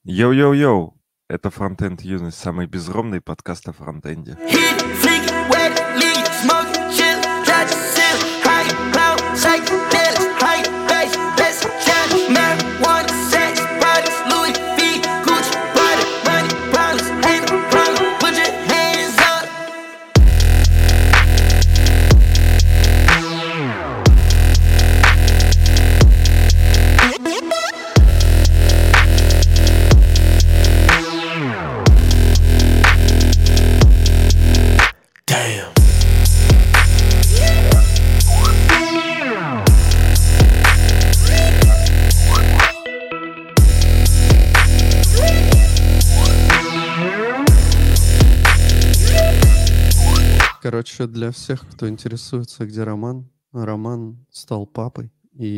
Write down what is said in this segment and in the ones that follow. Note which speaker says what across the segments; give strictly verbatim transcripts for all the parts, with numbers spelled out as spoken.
Speaker 1: Йоу-йоу-йоу! Это «Фронтенд Юность», самый безромный подкаст о фронтенде.
Speaker 2: Короче, для всех, кто интересуется, где Роман, Роман стал папой,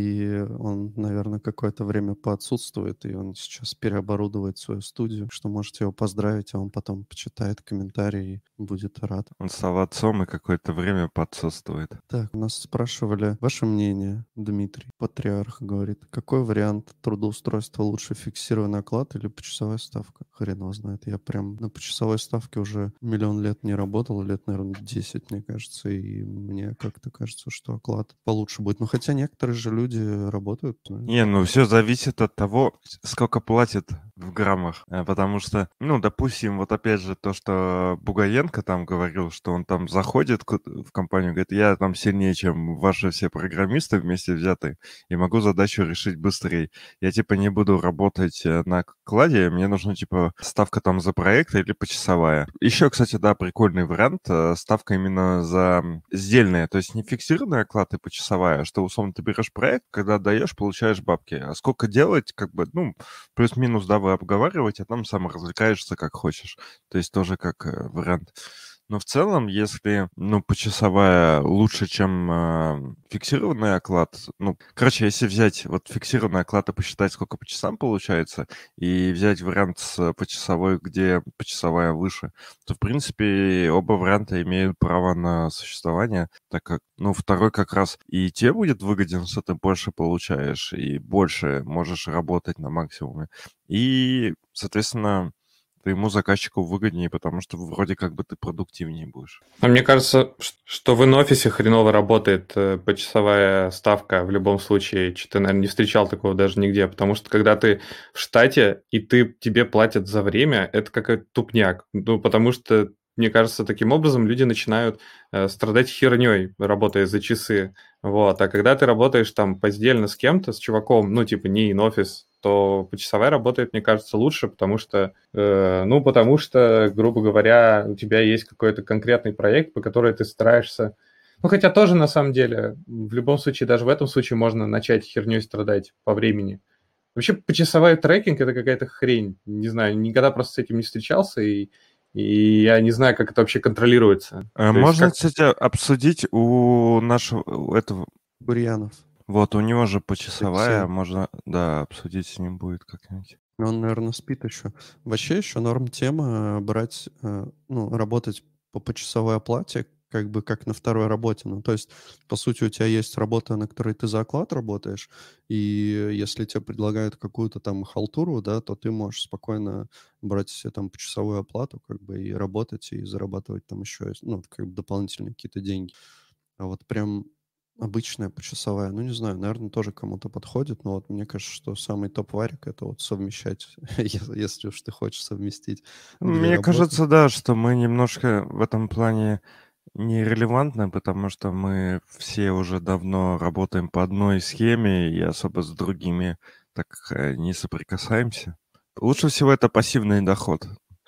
Speaker 2: и он, наверное, какое-то время поотсутствует, и он сейчас переоборудует свою студию, что можете его поздравить, а он потом почитает комментарии и будет рад.
Speaker 1: Он стал отцом и какое-то время подсоствует.
Speaker 2: Так, нас спрашивали ваше мнение, Дмитрий, патриарх, говорит, какой вариант трудоустройства лучше, фиксированный оклад или почасовая ставка? Хрен его знает, я прям на почасовой ставке уже миллион лет не работал, лет, наверное, десять, мне кажется, и мне как-то кажется, что оклад получше будет. Но хотя некоторые же люди работают.
Speaker 1: Не, ну все зависит от того, сколько платят в граммах. А, Потому что, ну, допустим, вот опять же то, что Бугаенко там говорил, что он там заходит ку- в компанию, говорит, я там сильнее, чем ваши все программисты вместе взятые, и могу задачу решить быстрее. Я типа не буду работать э, на кладе, мне нужно типа ставка там за проект или почасовая. Еще, кстати, да, прикольный вариант, э, ставка именно за м, сдельная, то есть не фиксированный оклад и почасовая, а что условно ты берешь проект, когда отдаешь, получаешь бабки. А сколько делать, как бы, ну, плюс-минус, да, вы обговариваете, а там сам развлекаешься как хочешь. То есть тоже как э, вариант. Но в целом, если, ну, почасовая лучше, чем э, фиксированный оклад, ну, короче, если взять вот фиксированный оклад и посчитать, сколько по часам получается, и взять вариант с почасовой, где почасовая выше, то, в принципе, оба варианта имеют право на существование, так как, ну, второй как раз и тебе будет выгоден, что ты больше получаешь и больше можешь работать на максимуме. И, соответственно, твоему заказчику выгоднее, потому что вроде как бы ты продуктивнее будешь.
Speaker 3: А мне кажется, ш- что в ин-офисе хреново работает э, почасовая ставка в любом случае. Что-то, наверное, не встречал такого даже нигде, потому что когда ты в штате, и ты, тебе платят за время, это какой-то тупняк. Ну, потому что, мне кажется, таким образом люди начинают э, страдать херней, работая за часы. Вот. А когда ты работаешь там поздельно с кем-то, с чуваком, ну, типа не ин-офис, то почасовая работает, мне кажется, лучше, потому что, э, ну, потому что, грубо говоря, у тебя есть какой-то конкретный проект, по которому ты стараешься. Ну, хотя тоже, на самом деле, в любом случае, даже в этом случае можно начать херней страдать по времени. Вообще, почасовой трекинг – это какая-то хрень. Не знаю, никогда просто с этим не встречался, и, и я не знаю, как это вообще контролируется.
Speaker 1: А
Speaker 3: То есть
Speaker 1: Можно,
Speaker 3: как...
Speaker 1: кстати, обсудить у нашего у этого.
Speaker 2: Бурьянов.
Speaker 1: Вот, у него же почасовая,
Speaker 2: Алексей.
Speaker 1: можно, да, обсудить с ним будет как-нибудь.
Speaker 2: Он, наверное, спит еще. Вообще еще норм тема э, брать, э, ну, работать по почасовой оплате, как бы как на второй работе. Ну, то есть, по сути, у тебя есть работа, на которой ты за оклад работаешь, и если тебе предлагают какую-то там халтуру, да, то ты можешь спокойно брать себе там почасовую оплату, как бы, и работать, и зарабатывать там еще, ну, как бы дополнительные какие-то деньги. А вот прям обычная почасовая, ну, не знаю, наверное, тоже кому-то подходит, но вот мне кажется, что самый топ-варик — это вот совмещать, ес- если уж ты хочешь совместить две
Speaker 1: Мне
Speaker 2: работы.
Speaker 1: кажется, да, что мы немножко в этом плане нерелевантны, потому что мы все уже давно работаем по одной схеме и особо с другими так э, не соприкасаемся. Лучше всего это пассивный доход.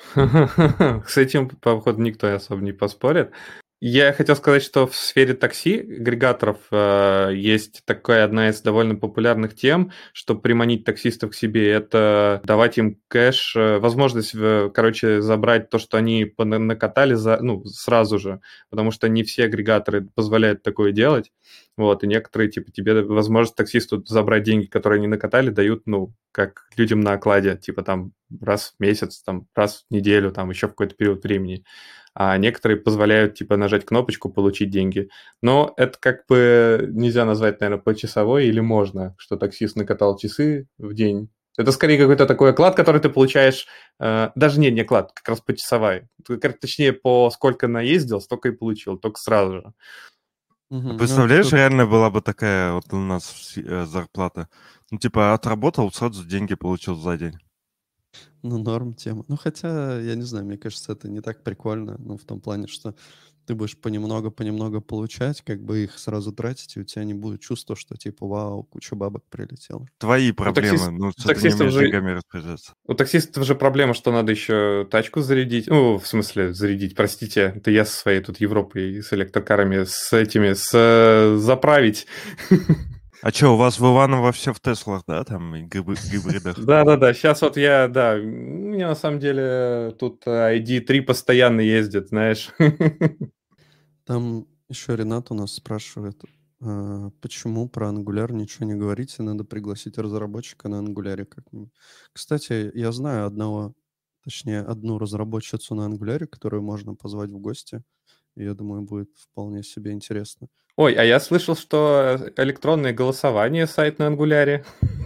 Speaker 3: С этим, походу, никто особо не поспорит. Я хотел сказать, что в сфере такси агрегаторов э, есть такая одна из довольно популярных тем, что приманить таксистов к себе, это давать им кэш, э, возможность, э, короче, забрать то, что они пона- накатали за, ну, сразу же, потому что не все агрегаторы позволяют такое делать. Вот, и некоторые, типа, тебе возможность таксисту забрать деньги, которые они накатали, дают, ну, как людям на окладе, типа, там, раз в месяц, там, раз в неделю, там, еще в какой-то период времени. А некоторые позволяют, типа, нажать кнопочку, получить деньги. Но это как бы нельзя назвать, наверное, почасовой, или можно, что таксист накатал часы в день, Это скорее какой-то такой оклад, который ты получаешь, э, даже не, не оклад, как раз почасовой. Ты, как, точнее, по сколько наездил, столько и получил, только сразу же.
Speaker 2: Мгм. Ну, это
Speaker 1: Представляешь,
Speaker 2: тут,
Speaker 1: реально была бы такая вот у нас с- э, зарплата. Ну, типа, отработал, сразу деньги получил за день.
Speaker 2: ну, норм тема. Ну, хотя, я не знаю, мне кажется, это не так прикольно. Ну, в том плане, что ты будешь понемногу-понемногу получать, как бы их сразу тратить, и у тебя не будет чувства, что типа, вау, куча бабок прилетела.
Speaker 1: Твои
Speaker 3: У,
Speaker 1: проблемы,
Speaker 3: таксист,
Speaker 1: ну,
Speaker 3: у
Speaker 1: что ты не
Speaker 3: таксистов
Speaker 1: умеешь
Speaker 3: же
Speaker 1: деньгами распоряжаться.
Speaker 3: У таксистов же проблема, что надо еще тачку зарядить. Ну, в смысле, зарядить, простите. Это я со своей тут Европой, с электрокарами, с этими, с э, заправить.
Speaker 1: А что, у вас в Иваново все в Теслах, да, там, и гиб- гибридах?
Speaker 3: Да-да-да, сейчас вот я, да, у меня на самом деле тут ай ди три постоянно ездит, знаешь.
Speaker 2: Там еще Ренат у нас спрашивает, а, почему про Angular ничего не говорите, надо пригласить разработчика на Angular как-нибудь. Кстати, я знаю одного, точнее, одну разработчицу на Angular, которую можно позвать в гости. И я думаю, будет вполне себе интересно.
Speaker 3: Ой, а я слышал, что электронное голосование сайт на Ангуляре.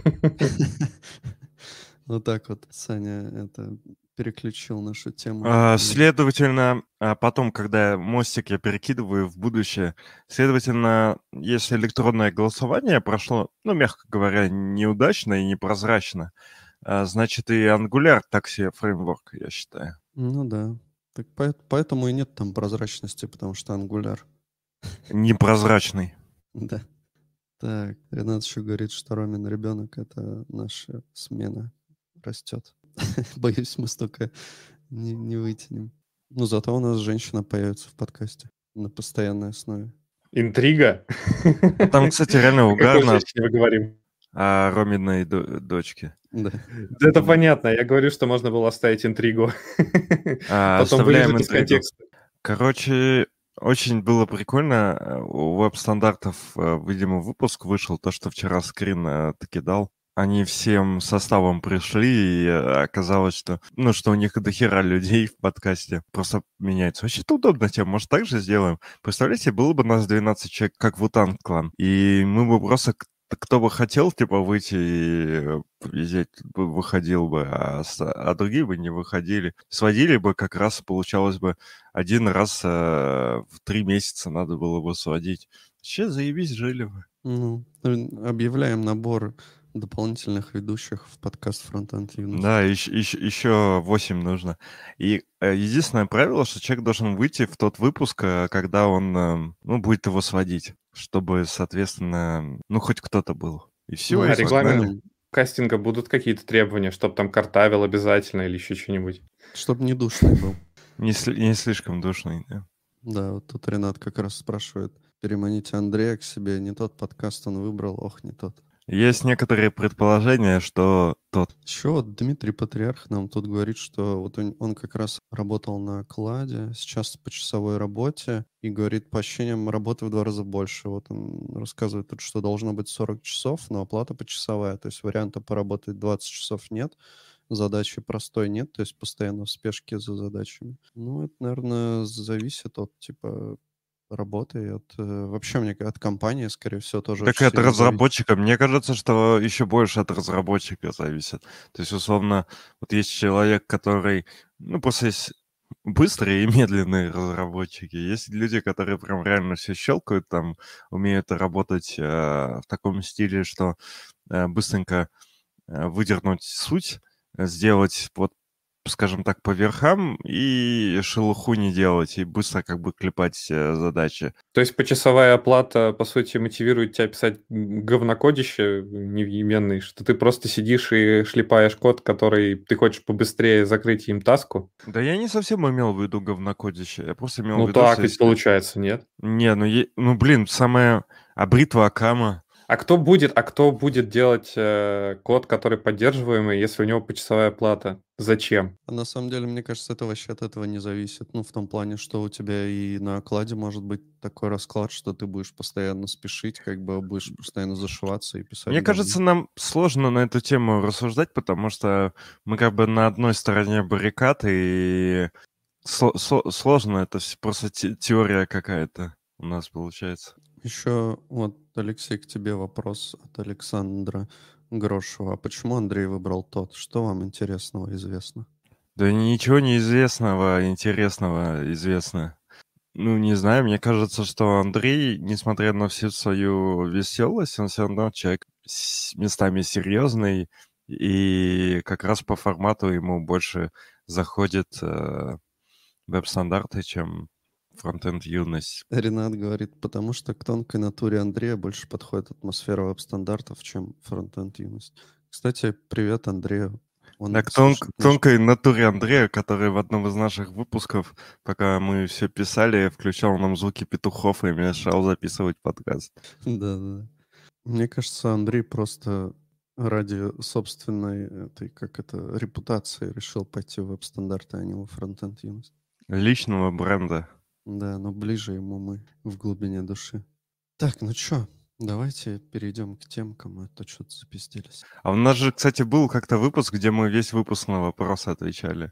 Speaker 2: Вот так вот Саня это переключил нашу тему.
Speaker 1: А,
Speaker 2: на-
Speaker 1: Следовательно, а потом, когда мостик я перекидываю в будущее, следовательно, если электронное голосование прошло, ну, мягко говоря, неудачно и непрозрачно, а, значит, и Angular так себе фреймворк, я считаю.
Speaker 2: Ну да. Так по- поэтому и нет там прозрачности, потому что Angular.
Speaker 1: Непрозрачный.
Speaker 2: Да. Так, Ренат еще говорит, что Ромин ребенок — это наша смена растет. Боюсь, мы столько не, не вытянем. Ну, зато у нас женщина появится в подкасте на постоянной основе.
Speaker 3: Интрига.
Speaker 1: А там, кстати, реально
Speaker 3: О какой
Speaker 1: угарно
Speaker 3: женщине мы говорим?
Speaker 1: о Роминой до- дочке.
Speaker 2: Да.
Speaker 3: Да это
Speaker 1: Ну,
Speaker 3: понятно. Я говорю, что можно было оставить интригу.
Speaker 1: а,
Speaker 3: Потом
Speaker 1: оставляем
Speaker 3: вырезать из
Speaker 1: интригу.
Speaker 3: контекста.
Speaker 1: Короче, очень было прикольно. э, У веб-стандартов, э, видимо, выпуск вышел, то, что вчера скрин э, таки дал. Они всем составом пришли, и э, оказалось, что, ну, что у них дохера людей в подкасте просто меняется. Вообще-то удобно тема, может, так же сделаем? Представляете, было бы нас двенадцать человек, как Вутанг клан, и мы бы просто, к- кто бы хотел, типа, выйти и э, взять, бы выходил бы, а, с- а другие бы не выходили. Сводили бы, как раз получалось бы один раз э, в три месяца надо было бы сводить. Вообще, заебись, жили бы.
Speaker 2: Ну, э, объявляем набор дополнительных ведущих в подкаст Frontend Linux.
Speaker 1: Да, еще, еще восемь нужно. И э, единственное правило, что человек должен выйти в тот выпуск, э, когда он, э, ну, будет его сводить, чтобы, соответственно, ну, хоть кто-то был. И все,
Speaker 2: Мы
Speaker 1: и
Speaker 3: А регламент
Speaker 1: погнали.
Speaker 3: кастинга будут какие-то требования, чтобы там картавил обязательно или еще что-нибудь?
Speaker 2: Чтобы не душный был.
Speaker 1: Не, сли- не слишком душный, да.
Speaker 2: Да, вот тут Ренат как раз спрашивает, переманите Андрея к себе, не тот подкаст он выбрал, ох, не тот.
Speaker 1: Есть некоторые предположения, что тот.
Speaker 2: Еще вот Дмитрий Патриарх нам тут говорит, что вот он, он как раз работал на кладе, сейчас по часовой работе, и говорит, по ощущениям работы в два раза больше. Вот он рассказывает тут, что должно быть сорок часов, но оплата почасовая, то есть варианта поработать двадцать часов нет, задачи простой нет, то есть постоянно в спешке за задачами. Ну, это, наверное, зависит от, типа, работы и от... э, вообще, мне ка- от компании, скорее всего, тоже
Speaker 1: Так
Speaker 2: очень
Speaker 1: от
Speaker 2: сильно зависит.
Speaker 1: разработчика. Мне кажется, что еще больше от разработчика зависит. То есть, условно, вот есть человек, который, ну, просто есть быстрые и медленные разработчики. Есть люди, которые прям реально все щелкают, там, умеют работать э, в таком стиле, что э, быстренько э, выдернуть суть, э, сделать вот, скажем так, по верхам и шелуху не делать, и быстро как бы клепать э, задачи.
Speaker 3: То есть почасовая оплата, по сути, мотивирует тебя писать м, говнокодище невъеменный, что ты просто сидишь и шлепаешь код, который ты хочешь побыстрее закрыть им таску?
Speaker 1: Да я не совсем имел в виду говнокодище, я просто имел в
Speaker 3: Ну
Speaker 1: виду,
Speaker 3: так
Speaker 1: что
Speaker 3: ведь
Speaker 1: если...
Speaker 3: получается, нет?
Speaker 1: Не, ну, е- ну блин, самая... А бритва Акама...
Speaker 3: А кто будет, а кто будет делать э, код, который поддерживаемый, если у него почасовая плата? Зачем?
Speaker 2: А на самом деле, мне кажется, это вообще от этого не зависит. Ну, в том плане, что у тебя и на окладе может быть такой расклад, что ты будешь постоянно спешить, как бы будешь постоянно зашиваться и писать
Speaker 1: Мне
Speaker 2: говно.
Speaker 1: кажется, нам сложно на эту тему рассуждать, потому что мы как бы на одной стороне баррикад, и сло- сло- сложно, это вс- просто те- теория какая-то у нас получается.
Speaker 2: Еще вот, Алексей, к тебе вопрос от Александра. Грошева. А почему Андрей выбрал тот? Что вам интересного известно?
Speaker 1: Да ничего неизвестного, интересного известно. Ну, не знаю, мне кажется, что Андрей, несмотря на всю свою веселость, он все равно человек с местами серьезный, и как раз по формату ему больше заходит э, веб-стандарты, чем фронтенд юность.
Speaker 2: Ренат говорит, потому что к тонкой натуре Андрея больше подходит атмосфера веб-стандартов, чем фронтенд юность. Кстати, привет Андрею. Он
Speaker 1: Да, к тон-
Speaker 2: слушает наш-
Speaker 1: тонкой натуре Андрея, который в одном из наших выпусков, пока мы все писали, включал нам звуки петухов и мешал записывать подкаст.
Speaker 2: Да-да. Мне кажется, Андрей просто ради собственной этой, как это, репутации решил пойти в веб-стандарты, а не во фронтенд юность.
Speaker 1: Личного бренда.
Speaker 2: Да, но ближе ему мы в глубине души. Так, ну чё, давайте перейдем к темкам, а то что-то запиздились.
Speaker 1: А у нас же, кстати, был как-то выпуск, где мы весь выпуск на вопросы отвечали.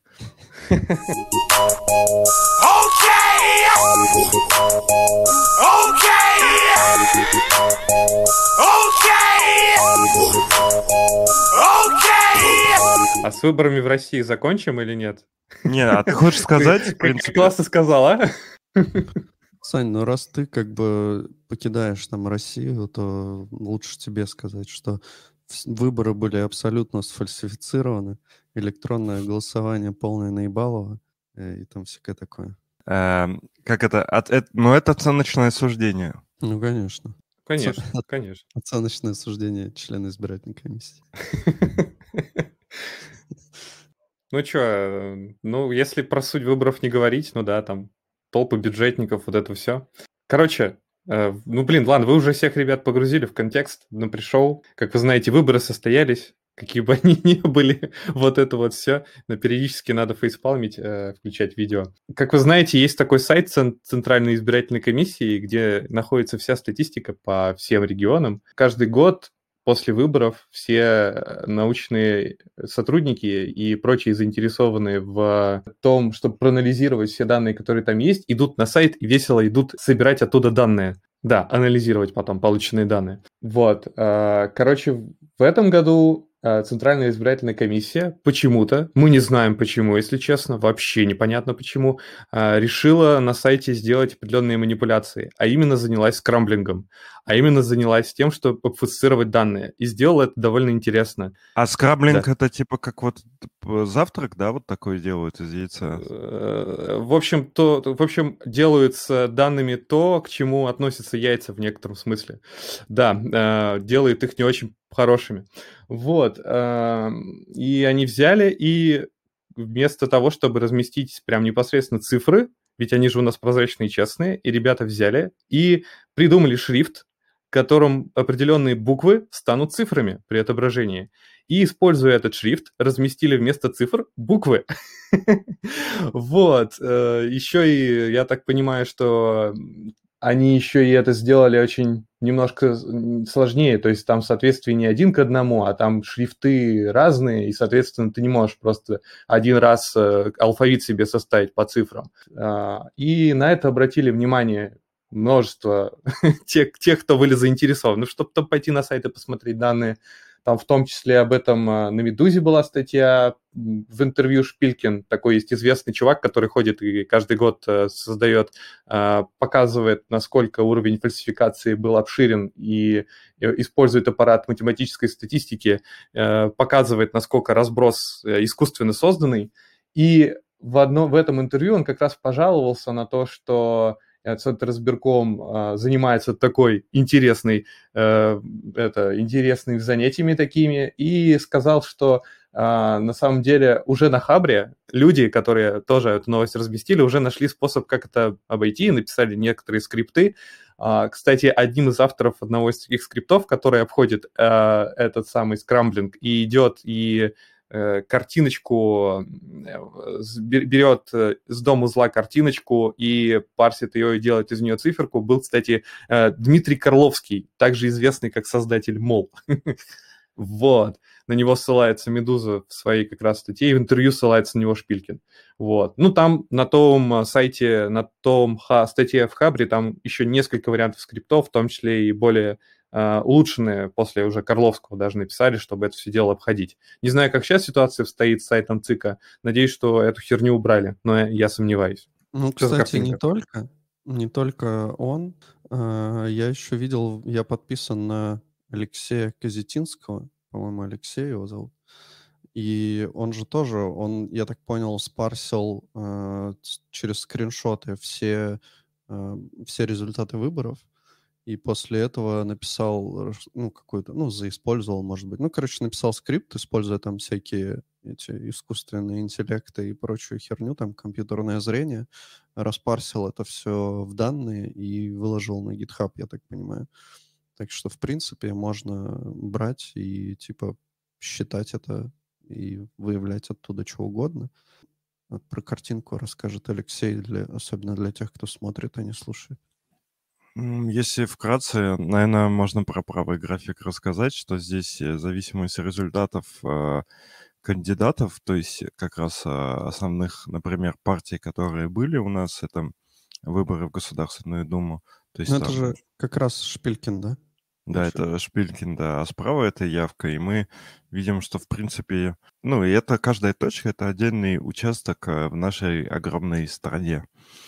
Speaker 3: А с выборами в России закончим или нет?
Speaker 1: Не, а ты хочешь сказать, в
Speaker 3: Как
Speaker 1: принципе...
Speaker 3: классно сказал, а?
Speaker 2: Сань, ну раз ты как бы покидаешь там Россию, то лучше тебе сказать, что вс- выборы были абсолютно сфальсифицированы, электронное голосование полное наебалово, э, и там всякое такое.
Speaker 1: эм, Как это? От- эт- Ну, это оценочное суждение.
Speaker 2: Ну, конечно.
Speaker 3: Конечно, конечно.
Speaker 2: Оценочное суждение члена избирательной комиссии.
Speaker 3: Ну что, ну, если про суть выборов не говорить, ну да, там толпы бюджетников, вот это все. Короче, э, ну, блин, ладно, вы уже всех ребят погрузили в контекст, ну, пришел. Как вы знаете, выборы состоялись, какие бы они ни были, вот это вот все. Но периодически надо фейспалмить, э, включать видео. Как вы знаете, есть такой сайт Цен- Центральной избирательной комиссии, где находится вся статистика по всем регионам. Каждый год после выборов все научные сотрудники и прочие заинтересованные в том, чтобы проанализировать все данные, которые там есть, идут на сайт и весело идут собирать оттуда данные. Да, анализировать потом полученные данные. Вот. э, Короче, в этом году э, Центральная избирательная комиссия почему-то, мы не знаем почему, если честно, вообще непонятно почему, э, решила на сайте сделать определенные манипуляции, а именно занялась скрамблингом, а именно занялась тем, чтобы обфусцировать данные. И сделала это довольно интересно.
Speaker 1: А скраблинг
Speaker 3: Да.
Speaker 1: это типа как вот п- завтрак, да, вот такой делают из яйца?
Speaker 3: Э, В общем, то, в общем, делают с данными то, к чему относятся яйца в некотором смысле. Да, э, делает их не очень хорошими. Вот. э, И они взяли и вместо того, чтобы разместить прям непосредственно цифры, ведь они же у нас прозрачные и честные, и ребята взяли и придумали шрифт, которым определенные буквы станут цифрами при отображении. И, используя этот шрифт, разместили вместо цифр буквы. Вот. Еще и, я так понимаю, что они еще и это сделали очень немножко сложнее, то есть там соответствие не один к одному, а там шрифты разные, и, соответственно, ты не можешь просто один раз алфавит себе составить по цифрам. И на это обратили внимание множество тех, тех, кто были заинтересованы. Ну, чтобы там пойти на сайт и посмотреть данные, там в том числе об этом на «Медузе» была статья, в интервью Шпилькин, такой есть известный чувак, который ходит и каждый год создает, показывает, насколько уровень фальсификации был обширен и использует аппарат математической статистики, показывает, насколько разброс искусственно созданный. И в, одно, в этом интервью он как раз пожаловался на то, что Центр избирком э, занимается такой интересной, э, это, интересными занятиями такими, и сказал, что э, на самом деле уже на Хабре люди, которые тоже эту новость разместили, уже нашли способ, как это обойти, написали некоторые скрипты. Uh, кстати, одним из авторов одного из таких скриптов, который обходит uh, этот самый скрамблинг и идет и картиночку, берет с дом-узла картиночку и парсит ее и делает из нее циферку, был, кстати, Дмитрий Карловский, также известный как создатель мол. Вот. На него ссылается «Медуза» в своей как раз статье, и в интервью ссылается на него Шпилькин. Вот. Ну, там на том сайте, на том ха, статье в Хабре, там еще несколько вариантов скриптов, в том числе и более э, улучшенные после уже Карловского даже написали, чтобы это все дело обходить. Не знаю, как сейчас ситуация стоит с сайтом ЦИКа. Надеюсь, что эту херню убрали, но я сомневаюсь.
Speaker 2: Ну,
Speaker 3: Что за
Speaker 2: кстати, не
Speaker 3: картинка?
Speaker 2: только, не только он. А, Я еще видел, я подписан на Алексея Козетинского, по-моему, Алексей его зовут. И он же тоже, он, я так понял, спарсил а, с- через скриншоты все, а, все результаты выборов. И после этого написал, раш- ну, какую-то, ну, заиспользовал, может быть. Ну, короче, написал скрипт, используя там всякие эти искусственные интеллекты и прочую херню, там, компьютерное зрение, распарсил это все в данные и выложил на GitHub, я так понимаю. Так что, в принципе, можно брать и, типа, считать это и выявлять оттуда что угодно. Вот про картинку расскажет Алексей, для, особенно для тех, кто смотрит, а не слушает.
Speaker 1: М, Если вкратце, наверное, можно про правый график рассказать, что здесь э, зависимость результатов э, кандидатов, то есть как раз э, основных, например, партий, которые были у нас, это выборы в Государственную Думу. То
Speaker 2: Ну,
Speaker 1: есть
Speaker 2: это
Speaker 1: там,
Speaker 2: же как раз Шпилькин, да?
Speaker 1: да,
Speaker 2: Получается.
Speaker 1: это Шпилькин, да, а справа это явка, и мы видим, что в принципе, ну, и это каждая точка, это отдельный участок э, в нашей огромной стране.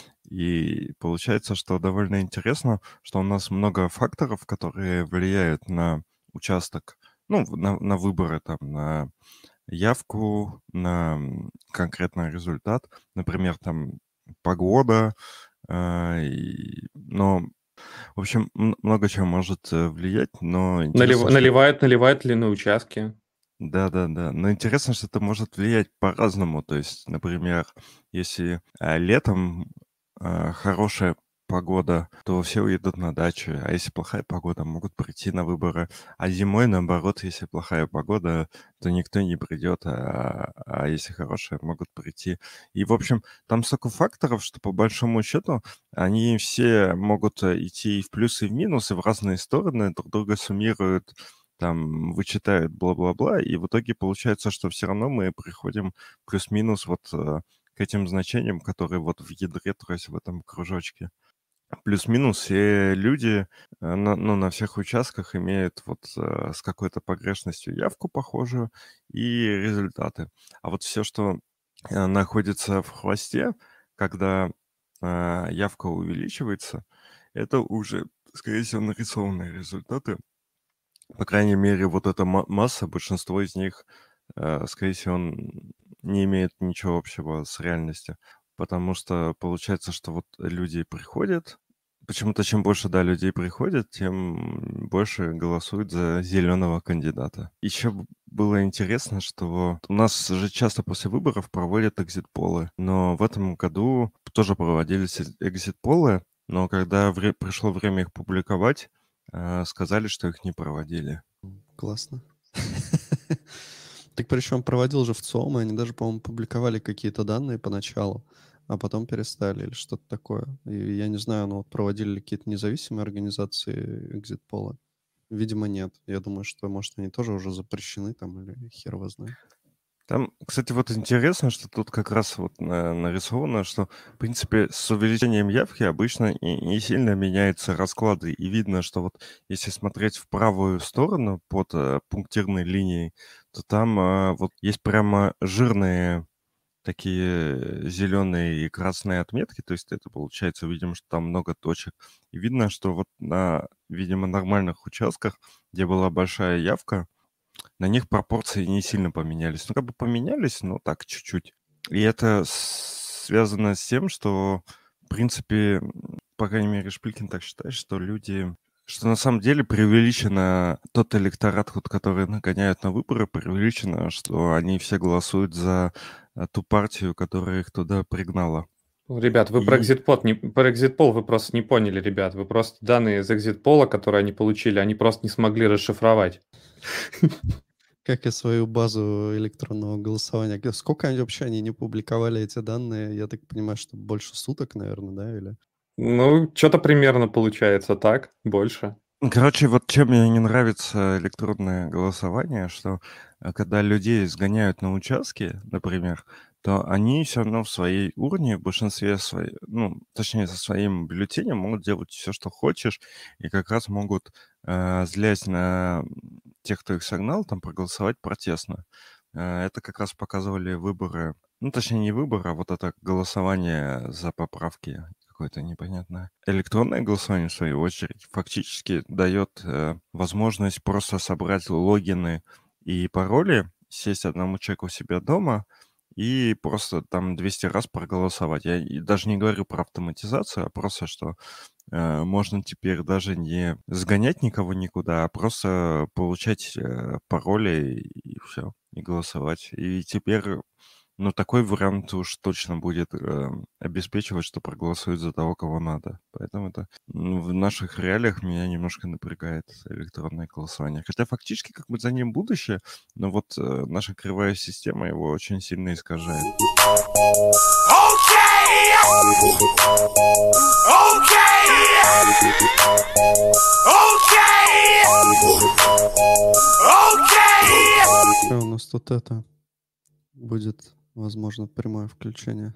Speaker 1: И получается, что довольно интересно, что у нас много факторов, которые влияют на участок, ну, в- на, на выборы, там, на явку, на м, конкретный результат. Например, там погода, а, и- но, в общем, м- много чего может э, влиять, но
Speaker 3: Налив-
Speaker 1: интересно, что это...
Speaker 3: Наливает, наливает ли на участке?
Speaker 1: Да-да-да, но интересно, что это может влиять по-разному. То есть, например, если а, летом а, хорошая погода, то все уедут на дачу, а если плохая погода, могут прийти на выборы. А зимой, наоборот, если плохая погода, то никто не придет, а, а если хорошая, могут прийти. И, в общем, там столько факторов, что по большому счету они все могут э, идти и в плюс, и в минус, и в разные стороны, друг друга суммируют, там вычитают бла-бла-бла, и в итоге получается, что все равно мы приходим плюс-минус вот э, к этим значениям, которые вот в ядре, то есть в этом кружочке. Плюс-минус все люди э, на, ну, на всех участках имеют вот э, с какой-то погрешностью явку похожую и результаты. А вот все, что э, находится в хвосте, когда э, явка увеличивается, это уже, скорее всего, нарисованные результаты. По крайней мере, вот эта ма- масса, большинство из них, э, скорее всего, н- не имеет ничего общего с реальностью. Потому что получается, что вот люди приходят, почему-то чем больше, да, людей приходят, тем больше голосуют за зеленого кандидата. Еще б- было интересно, что у нас же часто после выборов проводят экзит-полы, но в этом году тоже проводились э- экзит-полы, но когда вре- пришло время их публиковать, а, сказали, что их не проводили.
Speaker 2: Классно. Так причем проводил же в ЦИОМ, и они даже, по-моему, публиковали какие-то данные поначалу, а потом перестали или что-то такое. И я не знаю, ну вот проводили ли какие-то независимые организации экзит-пола. Видимо, нет. Я думаю, что, может, они тоже уже запрещены там или хер его знает.
Speaker 1: Там, кстати, вот интересно, что тут как раз вот на- нарисовано, что, в принципе, с увеличением явки обычно и не сильно меняются расклады. И видно, что вот если смотреть в правую сторону под э, пунктирной линией, то там э, вот есть прямо жирные такие зеленые и красные отметки, то есть это получается, видимо, что там много точек. И видно, что вот на, видимо, нормальных участках, где была большая явка, на них пропорции не сильно поменялись. Ну, как бы поменялись, но так, чуть-чуть. И это с- связано с тем, что, в принципе, м, по крайней мере, Шпилькин так считает, что люди... Что на самом деле преувеличено тот электорат, вот, который нагоняют на выборы, преувеличено, что они все голосуют за э, ту партию, которая их туда пригнала.
Speaker 3: Ребят, вы про
Speaker 1: И
Speaker 3: экзит-пол не, про экзит-пол вы просто не поняли, ребят. Вы просто данные из экзит-пола, которые они получили, они просто не смогли расшифровать.
Speaker 2: Как и свою базу электронного голосования. Г- Сколько они вообще они не публиковали эти данные? Я так понимаю, что больше суток, наверное, да? Или...
Speaker 3: Ну, что-то примерно получается так, больше.
Speaker 1: Короче, вот чем мне не нравится электронное голосование, что э, когда людей сгоняют на участки, например, то они все равно в своей урне, в большинстве своей, ну, точнее, со своим бюллетенем могут делать все, что хочешь, и как раз могут, э, злясь на тех, кто их согнал, там проголосовать протестно. Э, это как раз показывали выборы, ну, точнее, не выборы, а вот это голосование за поправки какое-то непонятное. Электронное голосование, в свою очередь, фактически дает э, возможность просто собрать логины и пароли, сесть одному человеку у себя дома и просто там двести раз проголосовать. Я и даже не говорю про автоматизацию, а просто, что э, можно теперь даже не сгонять никого никуда, а просто получать э, пароли и все, и голосовать. И теперь, ну, такой вариант уж точно будет э, обеспечивать, что проголосуют за того, кого надо. Поэтому это ну, в наших реалиях меня немножко напрягает электронное голосование. Хотя фактически как бы за ним будущее, но вот э, наша кривая система его очень сильно искажает.
Speaker 2: Что у нас тут это будет, возможно, прямое включение.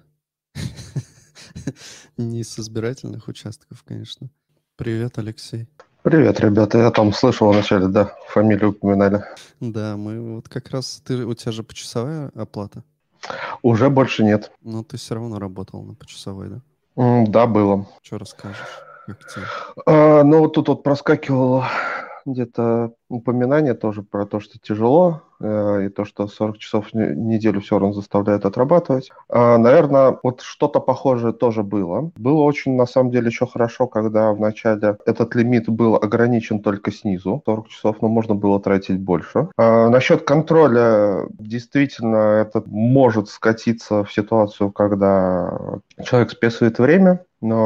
Speaker 2: Не с избирательных участков, конечно. Привет, Алексей.
Speaker 4: Привет, ребята. Я там слышал вначале, да, фамилию упоминали.
Speaker 2: Да, мы вот как раз... Ты, у тебя же почасовая оплата?
Speaker 4: Уже больше нет.
Speaker 2: Но ты все равно работал на почасовой, да?
Speaker 4: М, Да, было.
Speaker 2: Что расскажешь? Как тебе?
Speaker 4: А, ну, вот тут вот проскакивало где-то упоминание тоже про то, что тяжело, э, и то, что сорок часов в не- неделю все равно заставляет отрабатывать. А, наверное, вот что-то похожее тоже было. Было очень, на самом деле, еще хорошо, когда вначале этот лимит был ограничен только снизу, сорок часов, но можно было тратить больше. А, насчет контроля, действительно, это может скатиться в ситуацию, когда человек списывает время,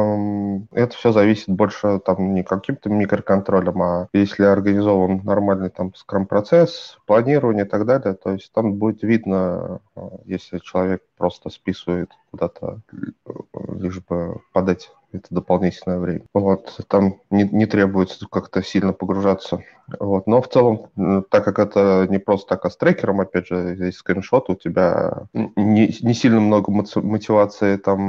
Speaker 4: но это все зависит больше там не каким-то микроконтролем, а если организован нормальный там скрам-процесс, планирование и так далее, то есть там будет видно, э, если человек просто списывает куда-то, э, лишь бы подать это дополнительное время. Вот, там не, не требуется как-то сильно погружаться. Вот. Но в целом, м, так как это не просто так, а с трекером, опять же, здесь скриншот, у тебя не, не сильно много моти- мотивации там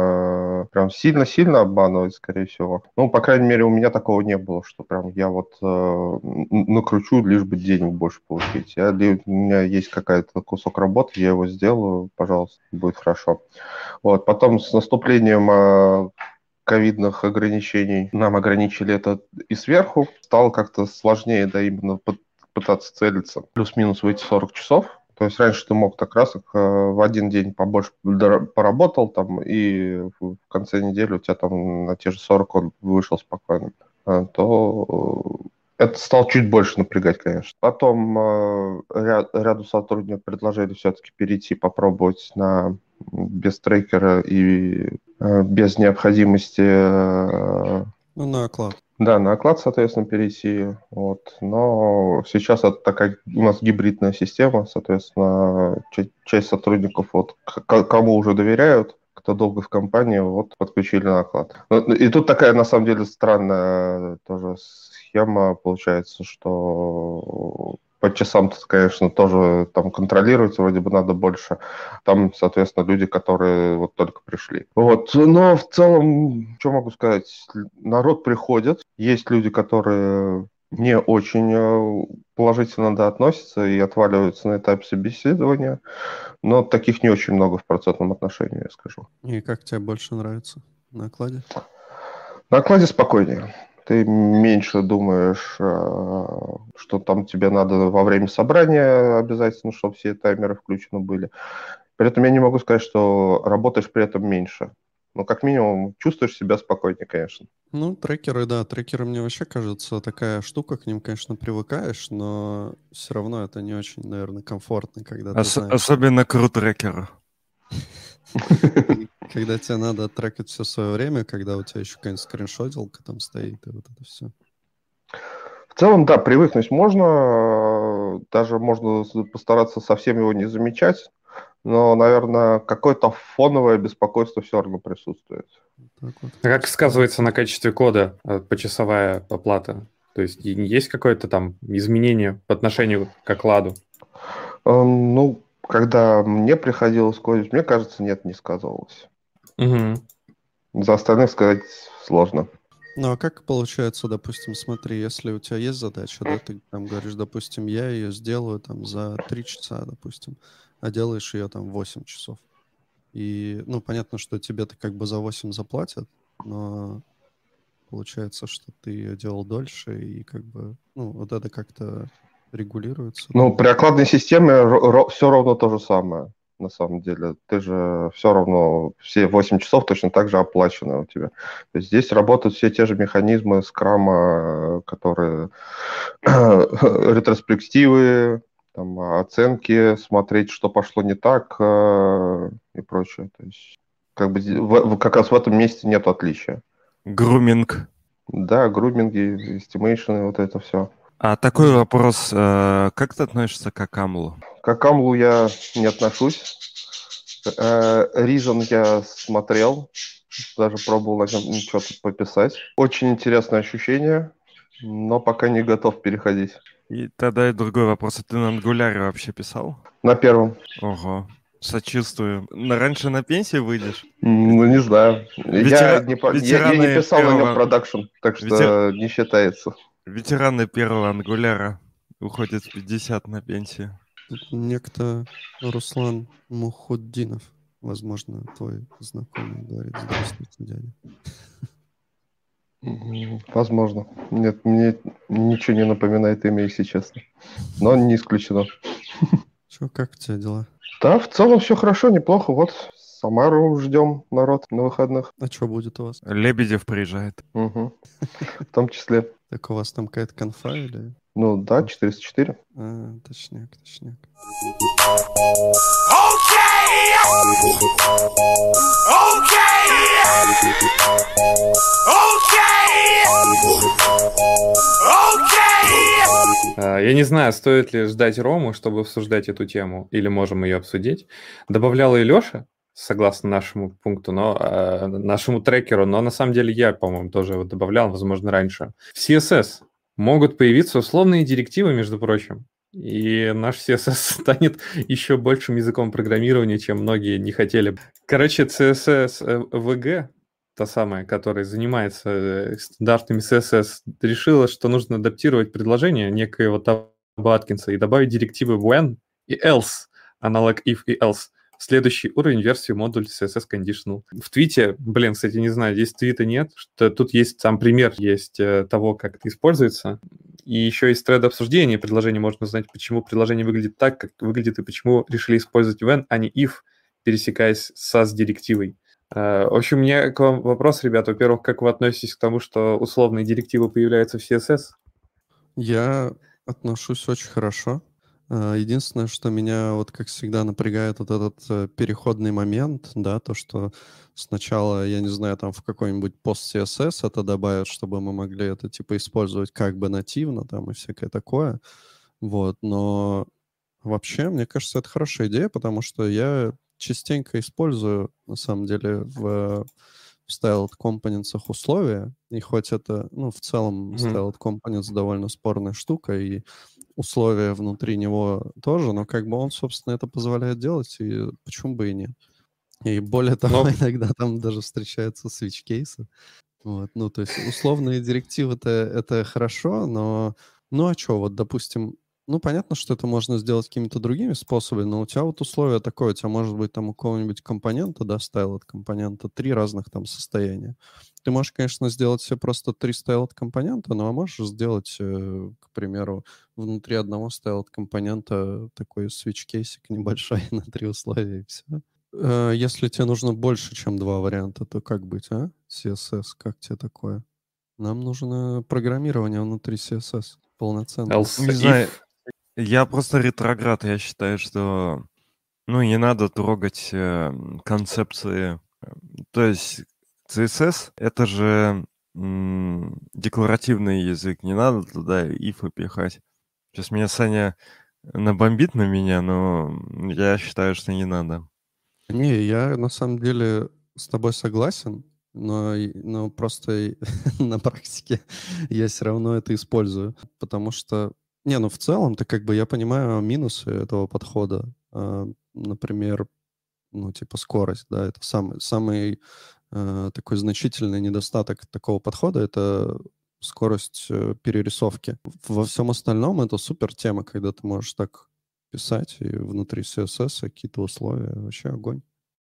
Speaker 4: э, прям сильно-сильно обманывать, скорее всего. Ну, по крайней мере, у меня такого не было, что прям я вот э, н- накручу, лишь бы денег больше получить. Я, ли- у меня есть какой-то кусок работы, я его сделаю, пожалуйста, будет хорошо. Вот. Потом с наступлением э, ковидных ограничений нам ограничили это и сверху. Стало как-то сложнее, да, именно пы- пытаться целиться. Плюс-минус в эти сорок часов. То есть раньше ты мог так раз э, в один день побольше дор- поработал там, и в в конце недели у тебя там на те же сорок он вышел спокойно. А, то э, это стало чуть больше напрягать, конечно. Потом э, ря- ряду сотрудников предложили все-таки перейти, попробовать на без трекера и э, без необходимости, э,
Speaker 2: Ну, на оклад.
Speaker 4: да, на оклад, соответственно, перейти. Вот. Но сейчас это такая у нас гибридная система, соответственно, ча- часть сотрудников, вот, к- к- кому уже доверяют, кто долго в компании, вот подключили на оклад. Ну, и тут такая, на самом деле, странная тоже схема получается, что по часам, конечно, тоже там контролировать вроде бы надо больше. Там, соответственно, люди, которые вот только пришли. Вот. Но в целом, что могу сказать? Народ приходит. Есть люди, которые не очень э, положительно да, относятся и отваливаются на этапе собеседования. Но таких не очень много в процентном отношении, я скажу.
Speaker 2: И как тебе больше нравится? На окладе?
Speaker 4: На окладе спокойнее. Ты меньше думаешь, э, что там тебе надо во время собрания обязательно, чтобы все таймеры включены были. При этом я не могу сказать, что работаешь при этом меньше. Но как минимум чувствуешь себя спокойнее, конечно.
Speaker 2: Ну, трекеры, да, трекеры мне вообще кажется такая штука, к ним, конечно, привыкаешь, но все равно это не очень, наверное, комфортно, когда ты
Speaker 1: Ос-
Speaker 2: знаешь,
Speaker 1: особенно крут-трекеры.
Speaker 2: и когда тебе надо трекать все свое время, когда у тебя еще какая-нибудь скриншотилка там стоит, и вот это все.
Speaker 4: В целом, да, привыкнуть можно, э, даже можно с- постараться совсем его не замечать, но, наверное, какое-то фоновое беспокойство все равно присутствует.
Speaker 2: Так вот.
Speaker 3: А как сказывается на качестве кода э, почасовая оплата? То есть и есть какое-то там изменение по отношению к окладу?
Speaker 4: Эм, Ну, когда мне приходилось кодить, мне кажется, нет, не сказывалось.
Speaker 3: Угу.
Speaker 4: За остальных сказать сложно.
Speaker 2: Ну, а как получается, допустим, смотри, если у тебя есть задача, да, ты там говоришь, допустим, я ее сделаю там за три часа, допустим, а делаешь ее там восемь часов. И, ну, понятно, что тебе-то как бы за восемь заплатят, но получается, что ты ее делал дольше, и как бы, ну, вот это как-то регулируется.
Speaker 4: Ну,
Speaker 2: там.
Speaker 4: при окладной системе все равно то же самое, на самом деле. Ты же все равно, все восемь часов точно так же оплачены у тебя. То есть здесь работают все те же механизмы скрама, которые ретроспективы, там, оценки, смотреть, что пошло не так э, и прочее. То есть как бы зи- в- в- как раз в этом месте нет отличия.
Speaker 1: Груминг.
Speaker 4: Да, груминги, эстимейшены, вот это все.
Speaker 1: А такой вопрос, э, как ты относишься к Акамлу?
Speaker 4: К Амлу я не отношусь. Э, Reason я смотрел, даже пробовал на нем что-то пописать. Очень интересное ощущение, но пока не готов переходить.
Speaker 1: И тогда и другой вопрос. А ты на Ангуляре вообще писал?
Speaker 4: На первом.
Speaker 1: Ого. Сочувствую. На раньше на пенсию выйдешь?
Speaker 4: М, Ну, не знаю. Я
Speaker 1: Ветера-
Speaker 4: не, по- я, я
Speaker 1: ветераны
Speaker 4: не писал на нем
Speaker 1: первого-
Speaker 4: продакшн, так что
Speaker 1: Ветер-
Speaker 4: не считается.
Speaker 1: Ветераны первого Ангуляра уходят в пятьдесят на пенсию.
Speaker 2: Тут некто Руслан Мухуддинов, возможно, твой знакомый, говорит, здравствуйте, дядя.
Speaker 4: М, Возможно. Нет, мне ничего не напоминает имя, если честно. Но не исключено.
Speaker 2: Че, как у тебя дела?
Speaker 4: Да, в целом все хорошо, неплохо. Вот Самару ждем, народ, на выходных.
Speaker 2: А что будет у вас?
Speaker 1: Лебедев приезжает.
Speaker 4: Мгм. В том числе.
Speaker 2: Так у вас там какая-то конфа или...
Speaker 4: Ну да, четыреста четыре.
Speaker 2: А, точняк, точняк.
Speaker 3: А, Я не знаю, стоит ли ждать Рому, чтобы обсуждать эту тему, или можем ее обсудить. Добавляла и Леша, согласно нашему пункту, но э, нашему трекеру, но на самом деле я, по-моему, тоже его добавлял, возможно, раньше. В си эс эс могут появиться условные директивы, между прочим, и наш си эс эс станет еще большим языком программирования, чем многие не хотели. Короче, си эс эс ви джи, та самая, которая занимается э, стандартами си эс эс, решила, что нужно адаптировать предложение некоего Таба Аткинса и добавить директивы when и else, аналог if и else, в следующий уровень версию модуль си эс эс Conditional. В твите, блин, кстати, не знаю, здесь твита нет, что тут есть сам пример есть э, того, как это используется. И еще есть тред обсуждения предложения, можно узнать, почему предложение выглядит так, как выглядит, и почему решили использовать when, а не if, пересекаясь с эй эс директивой. В общем, у меня к вам вопрос, ребята. Во-первых, как вы относитесь к тому, что условные директивы появляются в си эс эс?
Speaker 2: Я отношусь очень хорошо. А, Единственное, что меня вот как всегда напрягает вот этот э, переходный момент, да, то, что сначала, я не знаю, там в какой-нибудь пост-си эс эс это добавят, чтобы мы могли это типа использовать как бы нативно там и всякое такое. Вот, но вообще, мне кажется, это хорошая идея, потому что я частенько использую, на самом деле, в в Styled Components условия, и хоть это, ну, в целом
Speaker 3: Мгм.
Speaker 2: Styled Components довольно спорная штука, и условия внутри него тоже, но как бы он, собственно, это позволяет делать, и почему бы и нет. И более того,
Speaker 3: Но
Speaker 2: иногда там даже встречаются switch-кейсы. Вот, ну, то есть условные директивы-то это хорошо, но ну а что, вот, допустим, ну, понятно, что это можно сделать какими-то другими способами, но у тебя вот условие такое, у тебя может быть там у какого-нибудь компонента, да, стайл от компонента, три разных там состояния. Ты можешь, конечно, сделать себе просто три стайл от компонента, ну, а можешь сделать, э, к примеру, внутри одного стайл от компонента такой switch-кейсик небольшой на три условия, и все. Э, Если тебе нужно больше, чем два варианта, то как быть, а? си эс эс, как тебе такое? Нам нужно программирование внутри си эс эс полноценное.
Speaker 3: else
Speaker 1: Не знаю,
Speaker 3: if.
Speaker 1: я просто ретроград. Я считаю, что ну не надо трогать э, концепции. То есть си эс эс это же м, декларативный язык. Не надо туда if пихать. Сейчас меня Саня набомбит на меня, но я считаю, что не надо.
Speaker 2: Не, я на самом деле с тобой согласен, но, и- но просто и на практике я все равно это использую, потому что Не, ну в целом-то как бы я понимаю минусы этого подхода. А, Например, ну типа скорость, да, это самый, самый э, такой значительный недостаток такого подхода — это скорость э, перерисовки. Во всем остальном это супер тема, когда ты можешь так писать, и внутри си эс эс какие-то условия. Вообще огонь.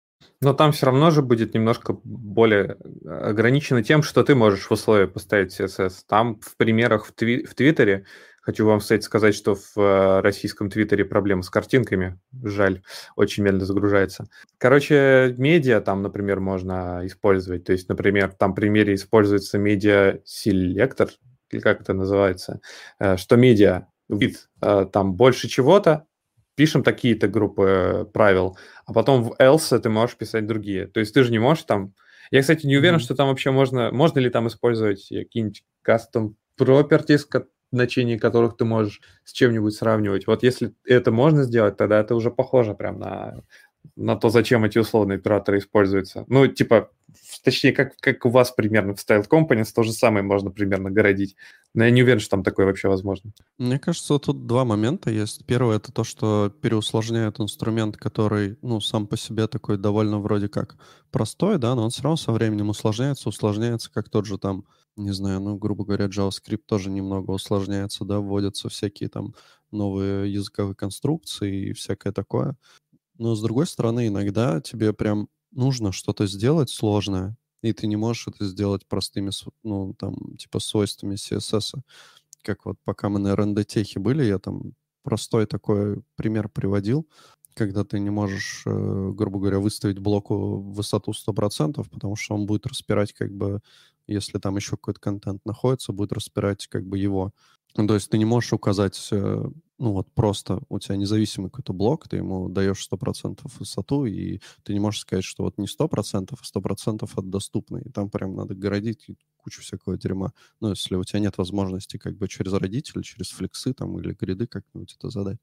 Speaker 3: Но там все равно же будет немножко более ограничено тем, что ты можешь в условия поставить си эс эс. Там в примерах в, тви- в Твиттере, хочу вам, кстати, сказать, что в э, российском Твиттере проблемы с картинками. Жаль, очень медленно загружается. Короче, медиа там, например, можно использовать. То есть, например, там в примере используется медиа-селектор, или как это называется, э, что медиа, вид, э, там больше чего-то, пишем такие-то группы э, правил, а потом в else ты можешь писать другие. То есть ты же не можешь там... Я, кстати, не уверен,
Speaker 2: Мгм.
Speaker 3: что там вообще можно... Можно ли там использовать какие-нибудь custom properties, ко- значения которых ты можешь с чем-нибудь сравнивать. Вот если это можно сделать, тогда это уже похоже прям на, на то, зачем эти условные операторы используются. Ну, типа, точнее, как, как у вас примерно в Style Components, то же самое можно примерно городить. Но я не уверен, что там такое вообще возможно.
Speaker 2: Мне кажется, тут два момента есть. Первое — это то, что переусложняет инструмент, который, ну, сам по себе такой довольно вроде как простой, да, но он все равно со временем усложняется, усложняется, как тот же там, не знаю, ну, грубо говоря, JavaScript тоже немного усложняется, да, вводятся всякие там новые языковые конструкции и всякое такое. Но, с другой стороны, иногда тебе прям нужно что-то сделать сложное, и ты не можешь это сделать простыми, св- ну, там, типа, свойствами си эс эс. Как вот пока мы на эр эн ди-техе были, я там простой такой пример приводил, когда ты не можешь, э, грубо говоря, выставить блоку высоту сто процентов, потому что он будет распирать как бы, если там еще какой-то контент находится, будет распирать как бы его. Ну, то есть ты не можешь указать, э, ну вот просто у тебя независимый какой-то блок, ты ему даешь сто процентов высоту, и ты не можешь сказать, что вот не сто процентов, а сто процентов от доступной. И там прям надо городить и кучу всякого дерьма. Ну, если у тебя нет возможности как бы через родителей, через флексы там или гриды как-нибудь это задать.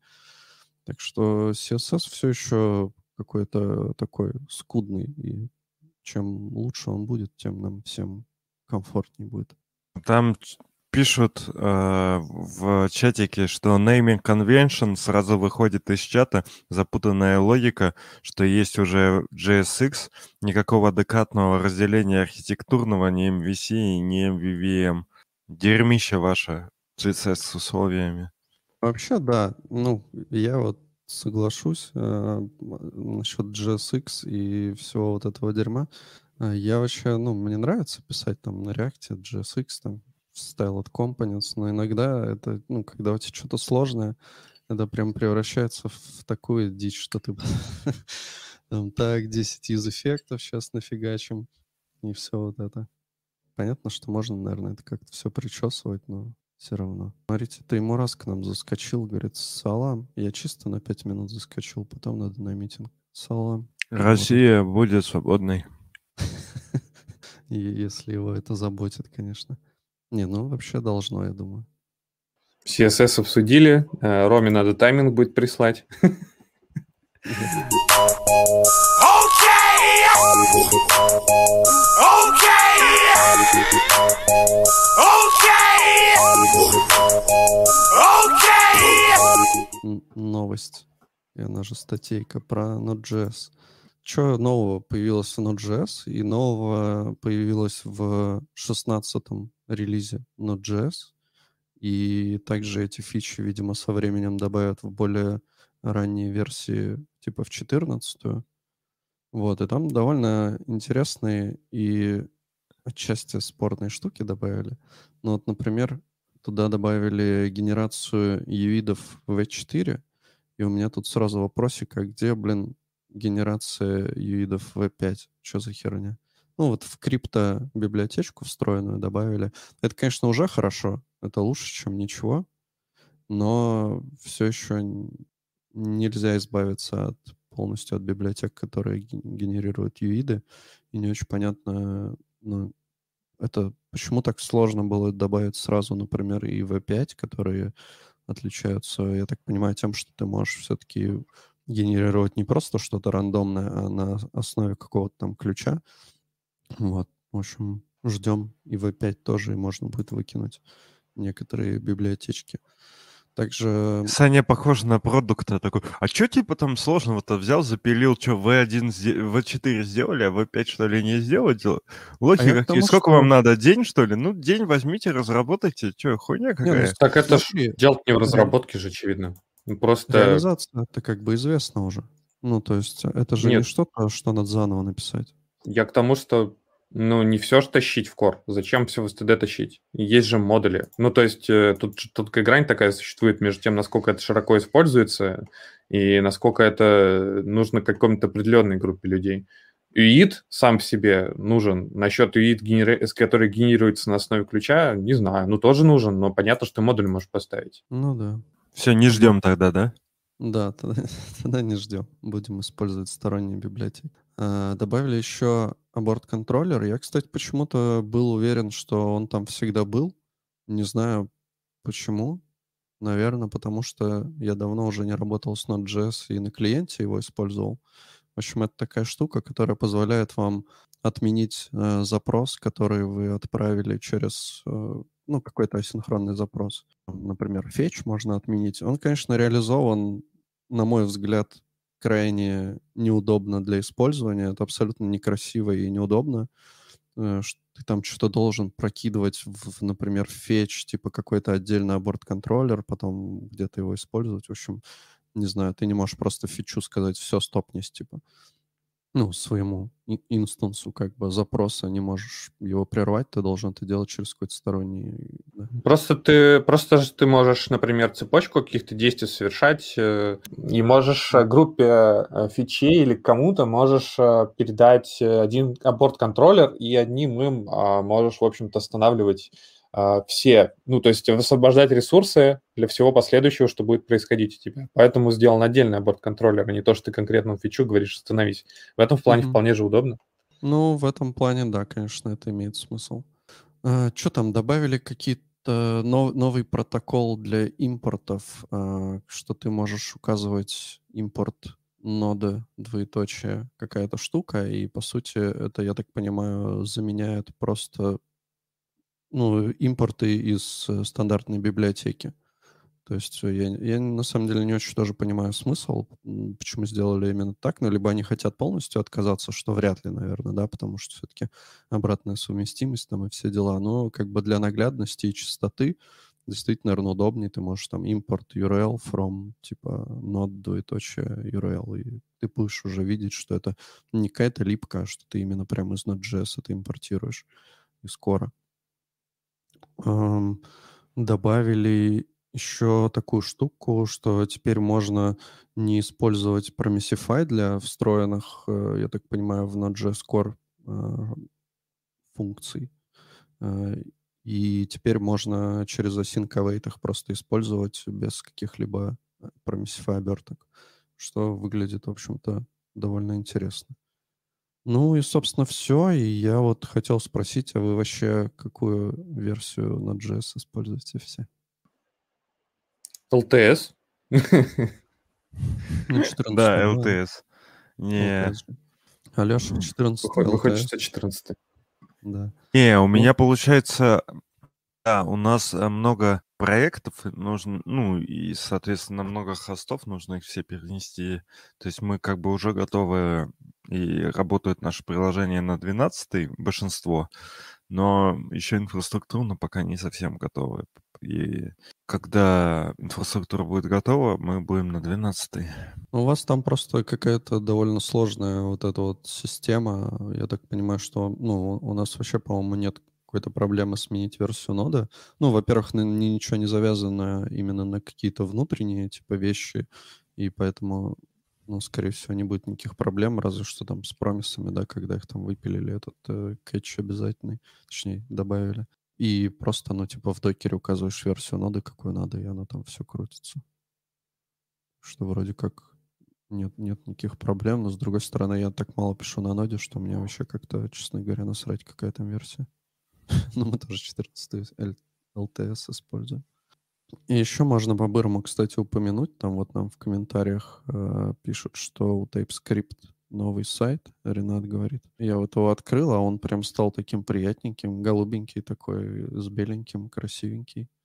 Speaker 2: Так что си эс эс все еще какой-то такой скудный, и чем лучше он будет, тем нам всем комфортнее будет.
Speaker 1: Там ч- пишут э, в чатике, что naming convention сразу выходит из чата, запутанная логика, что есть уже джей эс икс, никакого адекватного разделения архитектурного, ни эм ви си, ни эм ви ви эм. Дерьмище ваше джей эс эс с условиями.
Speaker 2: Вообще, да. Ну, я вот соглашусь э, м, насчет джей эс икс и всего вот этого дерьма. Э, Я вообще, ну, мне нравится писать там на React, джей эс икс, там, Styled Components, но иногда это, ну, когда у тебя что-то сложное, это прям превращается в такую дичь, что ты там, так, десять юз-эффектов сейчас нафигачим, и все вот это. Понятно, что можно, наверное, это как-то все причесывать, но все равно. Смотрите, ты ему раз к нам заскочил, говорит, салам. Я чисто на пять минут заскочил, потом надо на митинг. Салам. Вот.
Speaker 1: Россия будет свободной.
Speaker 2: И если его это заботит, конечно. Не, ну вообще должно, я думаю.
Speaker 3: си эс эс обсудили, э, Роме надо тайминг будет прислать.
Speaker 2: Н- Новость. И она же статейка про Node.js. Что нового появилось в Node.js и нового появилось в шестнадцатом релизе Node.js. И также эти фичи, видимо, со временем добавят в более ранние версии, типа в четырнадцатую. Вот, и там довольно интересные и отчасти спорные штуки добавили. Ну вот, например, туда добавили генерацию юидов в ви четыре, и у меня тут сразу вопросик, а где, блин, генерация юидов в ви пять? Что за херня? Ну вот в крипто библиотечку встроенную добавили. Это, конечно, уже хорошо. Это лучше, чем ничего. Но все еще н- нельзя избавиться от полностью от библиотек, которые ге- генерируют юиды. И не очень понятно, ну, это почему так сложно было добавить сразу, например, и ви пять, которые отличаются, я так понимаю, тем, что ты можешь все-таки генерировать не просто что-то рандомное, а на основе какого-то там ключа. Вот. В общем, ждем и ви пять тоже, и можно будет выкинуть некоторые библиотечки. Также,
Speaker 1: Саня похож на продукта такой. А что типа там сложного-то? Взял, запилил, что ви один, ви четыре сделали, а ви пять что ли не сделать?
Speaker 2: а
Speaker 1: Лохи
Speaker 2: я к
Speaker 1: какие.
Speaker 2: тому,
Speaker 1: Сколько вам
Speaker 2: что...
Speaker 1: надо? День, что ли? Ну, день возьмите, разработайте. Что, хуйня
Speaker 2: Не, ну
Speaker 1: какая?
Speaker 3: Так это ж
Speaker 2: смотри,
Speaker 3: дело не в
Speaker 2: ре-
Speaker 3: разработке же, очевидно. Ну, Просто
Speaker 2: реализация это как бы известно уже. Ну, то есть это же не
Speaker 3: нет,
Speaker 2: что-то, что надо заново написать.
Speaker 3: я к тому, что ну, не все же тащить в кор. Зачем все в эс ти ди тащить? Есть же модули. Ну, то есть э, тут, ж- тут такая грань такая существует между тем, насколько это широко используется и насколько это нужно какой-то определенной группе людей. ю ай ди сам по себе нужен. Насчет ю ай ди, генери- с- который генерируется на основе ключа, не знаю. Ну, тоже нужен, но понятно, что ты модуль можешь поставить.
Speaker 2: Ну да.
Speaker 1: Все, не
Speaker 2: Аборт.
Speaker 1: ждем тогда, да?
Speaker 2: Да, тогда, тогда не ждем. Будем использовать сторонние библиотеки. А, добавили еще аборт-контроллер. Я, кстати, почему-то был уверен, что он там всегда был. Не знаю почему. Наверное, потому что я давно уже не работал с Node.js и на клиенте его использовал. В общем, это такая штука, которая позволяет вам отменить э, запрос, который вы отправили через, э, ну, какой-то асинхронный запрос. Там, например, fetch можно отменить. Он, конечно, реализован, на мой взгляд, крайне неудобно для использования. Это абсолютно некрасиво и неудобно. Э, ш- Ты там что-то должен прокидывать, в, в, например, fetch, типа какой-то отдельный аборт-контроллер, потом где-то его использовать. В общем, не знаю, ты не можешь просто фичу сказать, все, стопнись, типа. Ну, своему и- инстансу как бы запроса не можешь его прервать, ты должен это делать через какой-то сторонний... Да.
Speaker 3: Просто ты, просто же ты можешь, например, цепочку каких-то действий совершать, э, и можешь э, группе э, фичей или кому-то можешь э, передать э, один аборт-контроллер, и одним им а, можешь, в общем-то, останавливать а, все, ну, то есть высвобождать ресурсы для всего последующего, что будет происходить у тебя. Поэтому сделан отдельный аборт-контроллер, а не то, что ты конкретному фичу говоришь «остановись». В этом плане
Speaker 2: Мгм.
Speaker 3: вполне же удобно.
Speaker 2: Ну, в этом плане, да, конечно, это имеет смысл. Что там, добавили какие-то нов- новый протокол для импортов, а, что ты можешь указывать импорт ноды, двоеточие, какая-то штука, и, по сути, это, я так понимаю, заменяет просто, ну, импорты из э, стандартной библиотеки. То есть э, я, я на самом деле не очень тоже понимаю смысл, м, почему сделали именно так, но либо они хотят полностью отказаться, что вряд ли, наверное, да, потому что все-таки обратная совместимость там и все дела. Но как бы для наглядности и чистоты действительно, наверное, удобнее. Ты можешь там импорт ю ар эл from, типа, node, двоеточие, ю ар эл, и ты будешь уже видеть, что это не какая-то липка, а что ты именно прямо из Node.js это импортируешь и скоро. Ам, добавили еще такую штуку, что теперь можно не использовать Promisify для встроенных, э, я так понимаю, в Node.js Core э, функций. Э, И теперь можно через async await их просто использовать без каких-либо э, Promisify оберток, что выглядит, в общем-то, довольно интересно. Ну и, собственно, все. И я вот хотел спросить, а вы вообще какую версию Node.js используете все?
Speaker 3: эл ти эс.
Speaker 2: Ну, четырнадцать,
Speaker 1: Да,
Speaker 2: ну ладно.
Speaker 1: эл ти эс. Не,
Speaker 2: эл ти эс же. Алеша, четырнадцать
Speaker 3: Выходит, выходит, что
Speaker 2: эл ти эс.
Speaker 3: четырнадцатый.
Speaker 2: Да.
Speaker 1: не, у
Speaker 2: Ну,
Speaker 1: меня получается, да, у нас э, много проектов, и нужно, ну, и, соответственно, много хостов, нужно их все перенести. То есть мы как бы уже готовы, и работают наши приложения на двенадцатый, большинство, но еще инфраструктурно пока не совсем готовы. И когда инфраструктура будет готова, мы будем на двенадцатый.
Speaker 2: у вас там просто какая-то довольно сложная вот эта вот система. Я так понимаю, что, ну, у нас вообще, по-моему, нет какой-то проблемы сменить версию нода. Ну, во-первых, на- ни- ничего не завязано именно на какие-то внутренние типа вещи, и поэтому, ну, скорее всего, не будет никаких проблем, разве что там с промисами, да, когда их там выпилили, этот э, кэтч обязательный, точнее, добавили. И просто, ну, типа в докере указываешь версию ноды, какую надо, и оно там все крутится. Что вроде как нет, нет никаких проблем, но с другой стороны, я так мало пишу на ноде, что мне вообще как-то, честно говоря, насрать, какая там версия. Но мы тоже четырнадцатый эл ти эс используем. И еще можно по-бырому, кстати, упомянуть, там вот нам в комментариях э, пишут, что у TypeScript новый сайт, Ренат говорит. Я вот его открыл, а он прям стал таким приятненьким, голубенький такой, с беленьким, красивенький.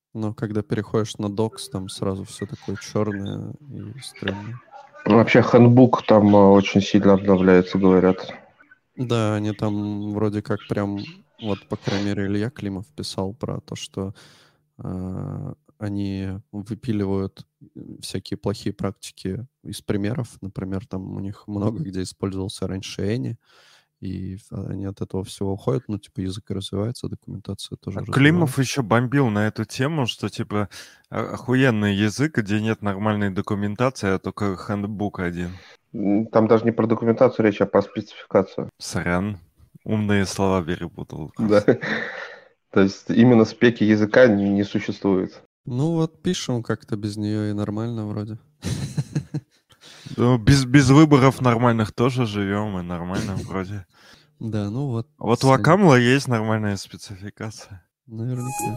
Speaker 2: Но когда переходишь на докс, там сразу все такое черное и стрёмное.
Speaker 4: Вообще, хэндбук там э, очень сильно обновляется, говорят.
Speaker 2: Да, они там вроде как прям, вот, по крайней мере, Илья Климов писал про то, что э, они выпиливают всякие плохие практики из примеров. Например, там у них много где использовался раньше Any, и они от этого всего уходят. Ну, типа, язык развивается, документация тоже
Speaker 1: Климов
Speaker 2: развивается.
Speaker 1: еще бомбил на эту тему, что типа а- охуенный язык, где нет нормальной документации, а только хэндбук один.
Speaker 4: М, Там даже не про документацию речь, а про спецификацию.
Speaker 1: Сорян. Умные слова перепутал
Speaker 4: Да.
Speaker 1: просто.
Speaker 4: То есть именно спеки языка не не существует.
Speaker 2: Ну, вот пишем как-то без нее и нормально вроде.
Speaker 1: Ну, без, без выборов нормальных тоже живем, и нормально вроде.
Speaker 2: Да, ну вот,
Speaker 1: Вот у
Speaker 2: Сань,
Speaker 1: Акамла есть нормальная спецификация.
Speaker 2: наверняка.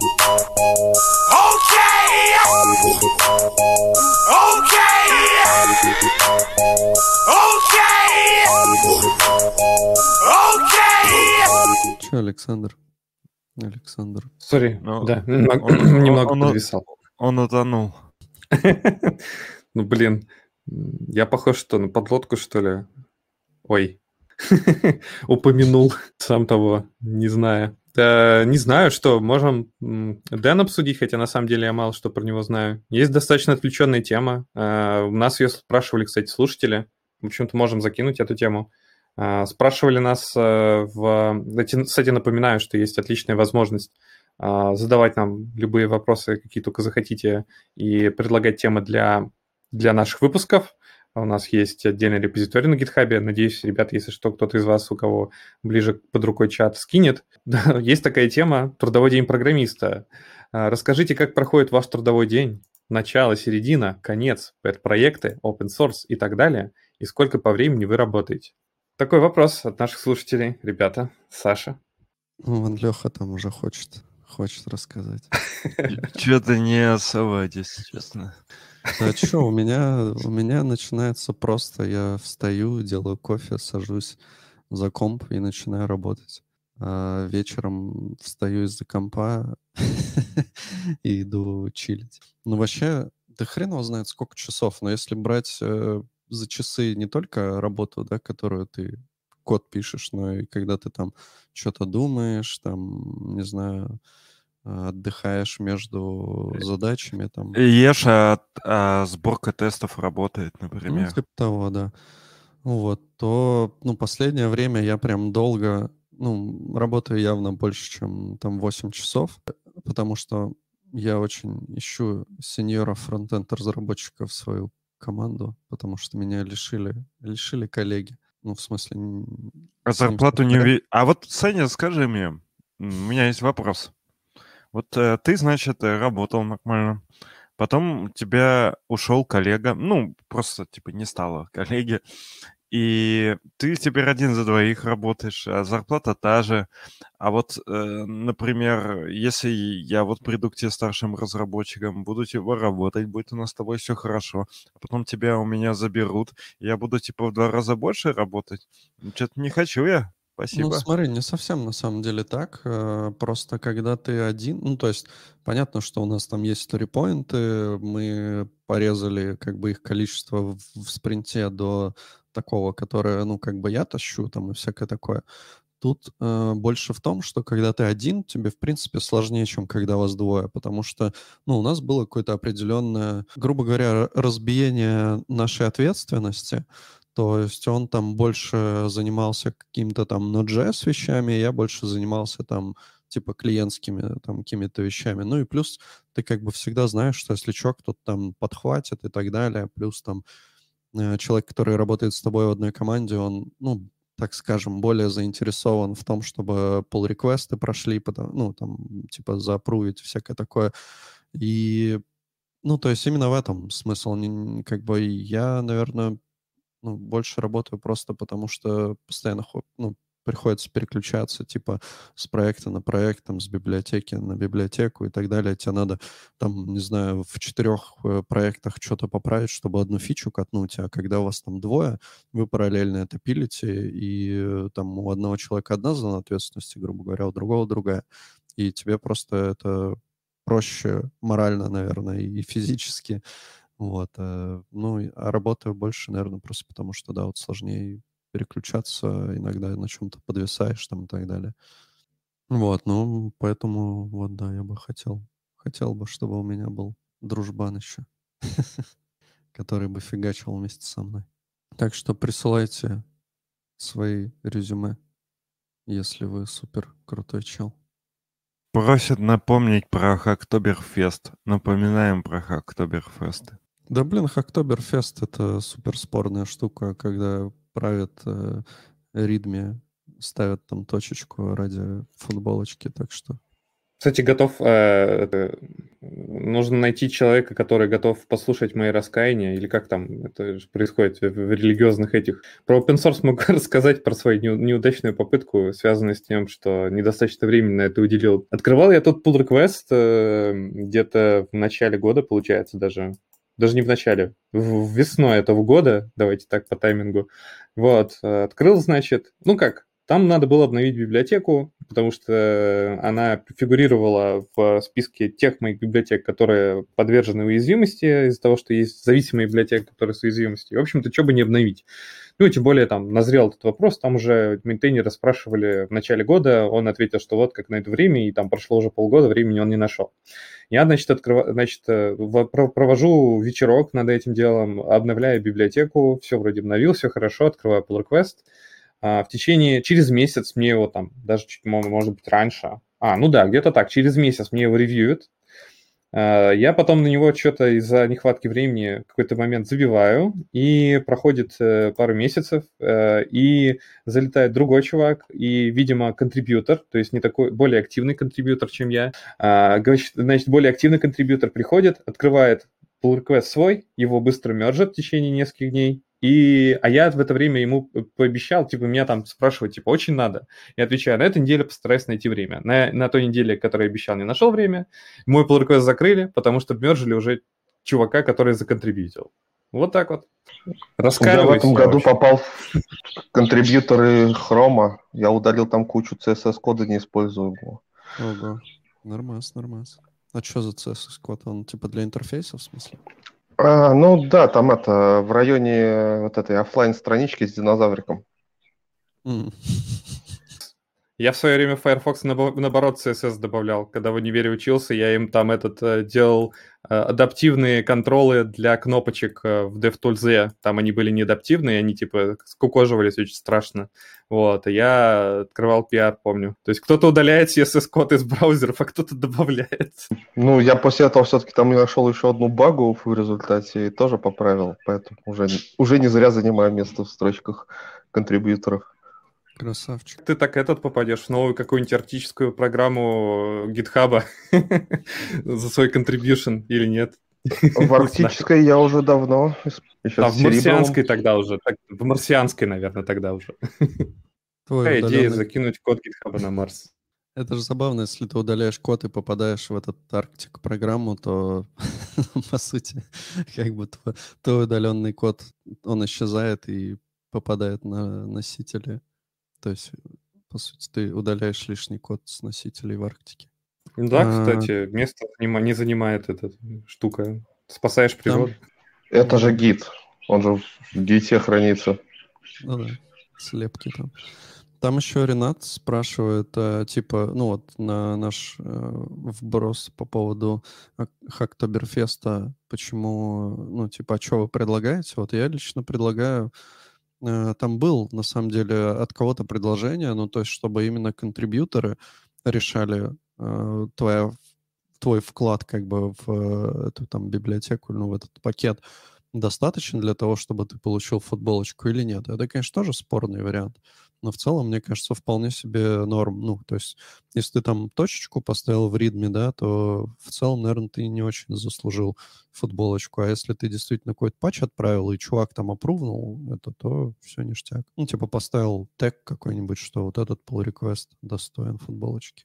Speaker 2: Че, Александр? Александр.
Speaker 3: Сори,
Speaker 1: Ну,
Speaker 3: да, немного,
Speaker 1: он, он,
Speaker 3: немного
Speaker 1: он,
Speaker 3: подвисал.
Speaker 1: он утонул.
Speaker 3: Ну, блин, я похож что, на подлодку, что ли? Ой, упомянул сам того, не знаю. Да, не знаю, что, можем м, Дэн обсудить, хотя на самом деле я мало что про него знаю. Есть достаточно отвлеченная тема. А, У нас ее спрашивали, кстати, слушатели. В общем-то, можем закинуть эту тему. А, Спрашивали нас э, в... Кстати, кстати, напоминаю, что есть отличная возможность а, задавать нам любые вопросы, какие только захотите, и предлагать темы для, для наших выпусков. У нас есть отдельный репозиторий на GitHub. Надеюсь, ребята, если что, кто-то из вас, у кого ближе под рукой чат, скинет. Да, есть такая тема «Трудовой день программиста». А, Расскажите, как проходит ваш трудовой день? Начало, середина, конец, пэт-проекты, open source и так далее. И сколько по времени вы работаете? Такой вопрос от наших слушателей. Ребята, Саша.
Speaker 2: Ну, вон Леха там уже хочет, хочет рассказать.
Speaker 1: Что-то не особо, если честно.
Speaker 2: Да что, у меня, у меня начинается просто, я встаю, делаю кофе, сажусь за комп и начинаю работать. А вечером встаю из-за компа и иду чилить. Ну, вообще, да хрен его знает, сколько часов, но если брать э, за часы не только работу, да, которую ты код пишешь, но и когда ты там что-то думаешь, там, не знаю, а, отдыхаешь между задачами, там,
Speaker 1: Ешь, а, а сборка тестов работает,
Speaker 2: ну,
Speaker 1: например.
Speaker 2: типа того, да. Вот, то, ну, последнее время я прям долго, ну, работаю явно больше, чем там восемь часов, потому что я очень ищу сеньора фронтенд-разработчика в свою команду, потому что меня лишили, лишили коллеги. Ну, в смысле, н-
Speaker 1: А
Speaker 2: с ним всё
Speaker 1: зарплату
Speaker 2: в
Speaker 1: не
Speaker 2: порядке.
Speaker 1: уви... А вот, Саня, скажи мне, м, у меня есть вопрос. Вот э, ты, значит, э, работал нормально. Потом у тебя ушел коллега, ну, просто, типа, не стало коллеги. И ты теперь один за двоих работаешь, а зарплата та же. А вот, э, например, если я вот приду к тебе старшим разработчиком, буду типа работать, будет у нас с тобой все хорошо, а потом тебя у меня заберут, и я буду типа в два раза больше работать. Что-то не хочу я.
Speaker 2: Ну,
Speaker 1: Спасибо.
Speaker 2: смотри, не совсем на самом деле так. э, Просто когда ты один, ну, то есть понятно, что у нас там есть сторипоинты, мы порезали как бы их количество в, в спринте до такого, которое, ну, как бы я тащу там и всякое такое. Тут э, больше в том, что когда ты один, тебе, в принципе, сложнее, чем когда вас двое, потому что, ну, у нас было какое-то определенное, грубо говоря, р- разбиение нашей ответственности. То есть он там больше занимался каким-то там Node.js вещами, я больше занимался там типа клиентскими там какими-то вещами. Ну и плюс ты как бы всегда знаешь, что если что, кто-то там подхватит и так далее. Плюс там э, человек, который работает с тобой в одной команде, он, ну, так скажем, более заинтересован в том, чтобы pull-реквесты прошли, потом, ну, там, типа, заапрувить, всякое такое. И, ну, то есть именно в этом смысл. Не- не- Как бы я, наверное, ну, больше работаю просто потому, что постоянно хо- ну, приходится переключаться, типа, с проекта на проект, там, с библиотеки на библиотеку и так далее. Тебе надо, там, не знаю, в четырех э, проектах что-то поправить, чтобы одну фичу катнуть, а когда у вас там двое, вы параллельно это пилите, и э, там у одного человека одна зона ответственности, грубо говоря, у другого другая. И тебе просто это проще морально, наверное, и физически. Вот. э, Ну, и- а работаю больше, наверное, просто потому что, да, вот сложнее переключаться, иногда на чем-то подвисаешь там и так далее. Вот, ну, поэтому, вот, да, я бы хотел, хотел бы, чтобы у меня был дружбан еще, который бы фигачил вместе со мной. Так что присылайте свои резюме, если вы супер крутой чел.
Speaker 1: Просят напомнить про Хактоберфест. Напоминаем про Хактоберфесты.
Speaker 2: Да, блин, Хактоберфест — это супер спорная штука, когда правят э, ритме, ставят там точечку ради футболочки, так что...
Speaker 3: Кстати, готов... э, это, нужно найти человека, который готов послушать мои раскаяния, или как там это же происходит в, в религиозных этих. Про open source могу рассказать, про свою неу- неудачную попытку, связанную с тем, что недостаточно времени на это уделил. Открывал я тут pull request э, где-то в начале года, получается, даже. Даже не в начале, в, в весной этого года, давайте так по таймингу. Вот, э, открыл, значит, ну как, там надо было обновить библиотеку, потому что она фигурировала в списке тех моих библиотек, которые подвержены уязвимости из-за того, что есть зависимые библиотеки, которые с уязвимостью. В общем-то, что бы не обновить. Ну, и тем более там назрел этот вопрос, там уже мейнтейнеры спрашивали в начале года, он ответил, что вот как найду время, и там прошло уже полгода, времени он не нашел. Я, значит, открыв... значит, провожу вечерок над этим делом, обновляю библиотеку, все вроде обновил, все хорошо, открываю pull request. В течение, через месяц мне его там, даже чуть, может быть, раньше, а, ну да, где-то так, через месяц мне его ревьюют. Я потом на него что-то из-за нехватки времени в какой-то момент забиваю, и проходит пару месяцев, и залетает другой чувак, и, видимо, контрибьютор, то есть не такой, более активный контрибьютор, чем я. Значит, более активный контрибьютор приходит, открывает pull request свой, его быстро мержит в течение нескольких дней, и, а я в это время ему пообещал, типа, меня там спрашивают, типа, очень надо. Я отвечаю, на этой неделе постараюсь найти время. На, на той неделе, которую я обещал, не нашел время. Мой pull request закрыли, потому что мержили уже чувака, который законтрибьютил. Вот так вот. Раскаиваюсь.
Speaker 4: Я в этом
Speaker 3: я
Speaker 4: году
Speaker 3: вообще.
Speaker 4: попал в контрибьюторы Chrome. Я удалил там кучу си эс эс-кода неиспользуемого.
Speaker 2: Ого, нормас, нормас. А что за си эс эс-код? Он типа для интерфейса, в смысле?
Speaker 4: А, ну да, там это в районе вот этой оффлайн странички с динозавриком.
Speaker 2: М.
Speaker 3: Я в свое время в Firefox наоборот си эс эс добавлял. Когда в универе учился, я им там этот делал адаптивные контролы для кнопочек в DevTools. Там они были не адаптивные, они типа скукоживались очень страшно. Вот, и я открывал пи ар, помню. То есть кто-то удаляет си эс эс-код из браузеров, а кто-то добавляет.
Speaker 4: Ну, я после этого все-таки там нашел еще одну багу в результате и тоже поправил, поэтому уже, уже не зря занимаю место в строчках контрибьюторов.
Speaker 2: Красавчик.
Speaker 3: Ты так этот попадешь в новую какую-нибудь арктическую программу GitHub за свой contribution или нет?
Speaker 4: В арктической я уже давно. Еще
Speaker 3: А в марсианской тогда уже. В марсианской, наверное, тогда уже. Какая идея закинуть код GitHub на Марс?
Speaker 2: Это же забавно, если ты удаляешь код и попадаешь в этот Арктик программу, то по сути как бы твой, твой удаленный код, он исчезает и попадает на носители. То есть, по сути, ты удаляешь лишний код с носителей в Арктике.
Speaker 3: Да, кстати, место не занимает эта штука. Спасаешь природу.
Speaker 4: Это же гид. Он же в гите хранится.
Speaker 2: Ну да, слепки там. Там еще Ренат спрашивает, э, типа, ну вот на наш э, вброс по поводу Хактоберфеста, почему, ну типа, а что вы предлагаете? Вот я лично предлагаю, э, там был, на самом деле, от кого-то предложение, ну то есть, чтобы именно контрибьюторы решали э, твоя, твой вклад как бы в э, эту там библиотеку, ну в этот пакет, достаточно для того, чтобы ты получил футболочку или нет. Это, конечно, тоже спорный вариант. Но в целом, мне кажется, вполне себе норм. Ну, то есть, если ты там точечку поставил в ридме, да, то в целом, наверное, ты не очень заслужил футболочку. А если ты действительно какой-то патч отправил, и чувак там апрувнул это, то все ништяк. Ну, типа поставил тег какой-нибудь, что вот этот pull request достоин футболочки.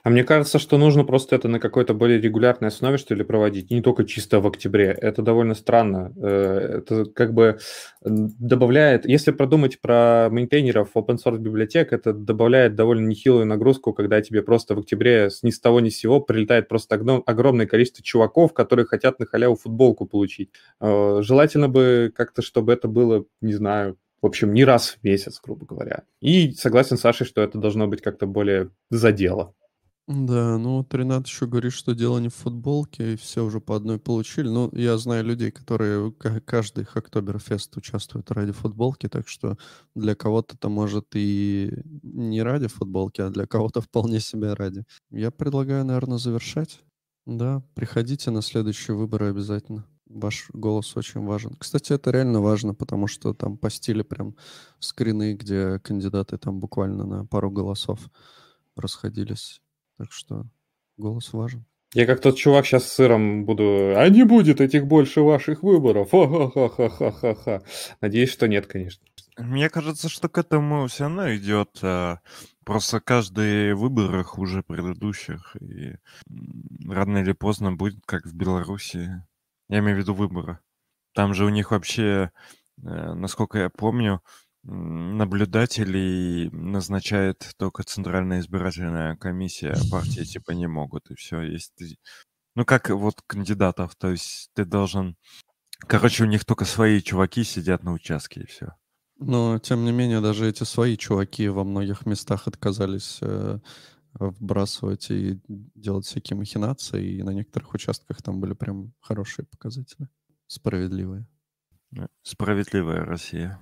Speaker 3: А мне кажется, что нужно просто это на какой-то более регулярной основе, что ли, проводить, и не только чисто в октябре. Это довольно странно. Э, Это как бы м, добавляет, если продумать про мейнтейнеров open source библиотек, это добавляет довольно нехилую нагрузку, когда тебе просто в октябре с ни с того ни с сего прилетает просто огном- огромное количество чуваков, которые хотят на халяву футболку получить. Э, Желательно бы как-то, чтобы это было, не знаю, в общем, не раз в месяц, грубо говоря. И согласен с Сашей, что это должно быть как-то более за дело.
Speaker 2: Да, ну вот Ренат еще говорит, что дело не в футболке, и все уже по одной получили. Ну, я знаю людей, которые ка- каждый их Октоберфест участвуют ради футболки, так что для кого-то это может и не ради футболки, а для кого-то вполне себе ради. Я предлагаю, наверное, завершать. Да, приходите на следующие выборы обязательно. Ваш голос очень важен. Кстати, это реально важно, потому что там постили прям скрины, где кандидаты там буквально на пару голосов расходились. Так что голос важен.
Speaker 3: Я как тот чувак сейчас с сыром буду... А не будет этих больше ваших выборов. Ха-ха-ха-ха-ха-ха. Надеюсь, что нет, конечно.
Speaker 1: Мне кажется, что к этому все равно идет. а, Просто каждый выборы хуже предыдущих. И м, рано или поздно будет, как в Беларуси. Я имею в виду выборы. Там же у них вообще, э, насколько я помню, м, наблюдателей назначает только Центральная избирательная комиссия, а партии типа не могут, и все. Есть ты- Ну, как вот кандидатов, то есть ты должен... Короче, у них только свои чуваки сидят на участке, и все.
Speaker 2: Но, тем не менее, даже эти свои чуваки во многих местах отказались э, вбрасывать и делать всякие махинации, и на некоторых участках там были прям хорошие показатели. Справедливые.
Speaker 1: Справедливая Россия.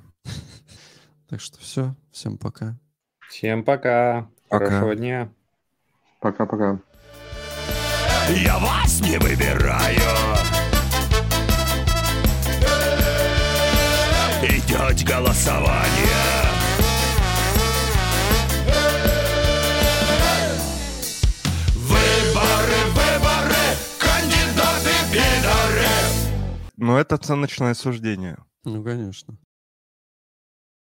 Speaker 2: Так что все. Всем пока.
Speaker 3: Всем пока.
Speaker 1: Пока.
Speaker 3: Хорошего дня.
Speaker 4: Пока-пока.
Speaker 5: Я вас не выбираю. Идет голосование. Выборы, выборы, кандидаты пидоры.
Speaker 1: Но это оценочное суждение.
Speaker 2: Ну, конечно.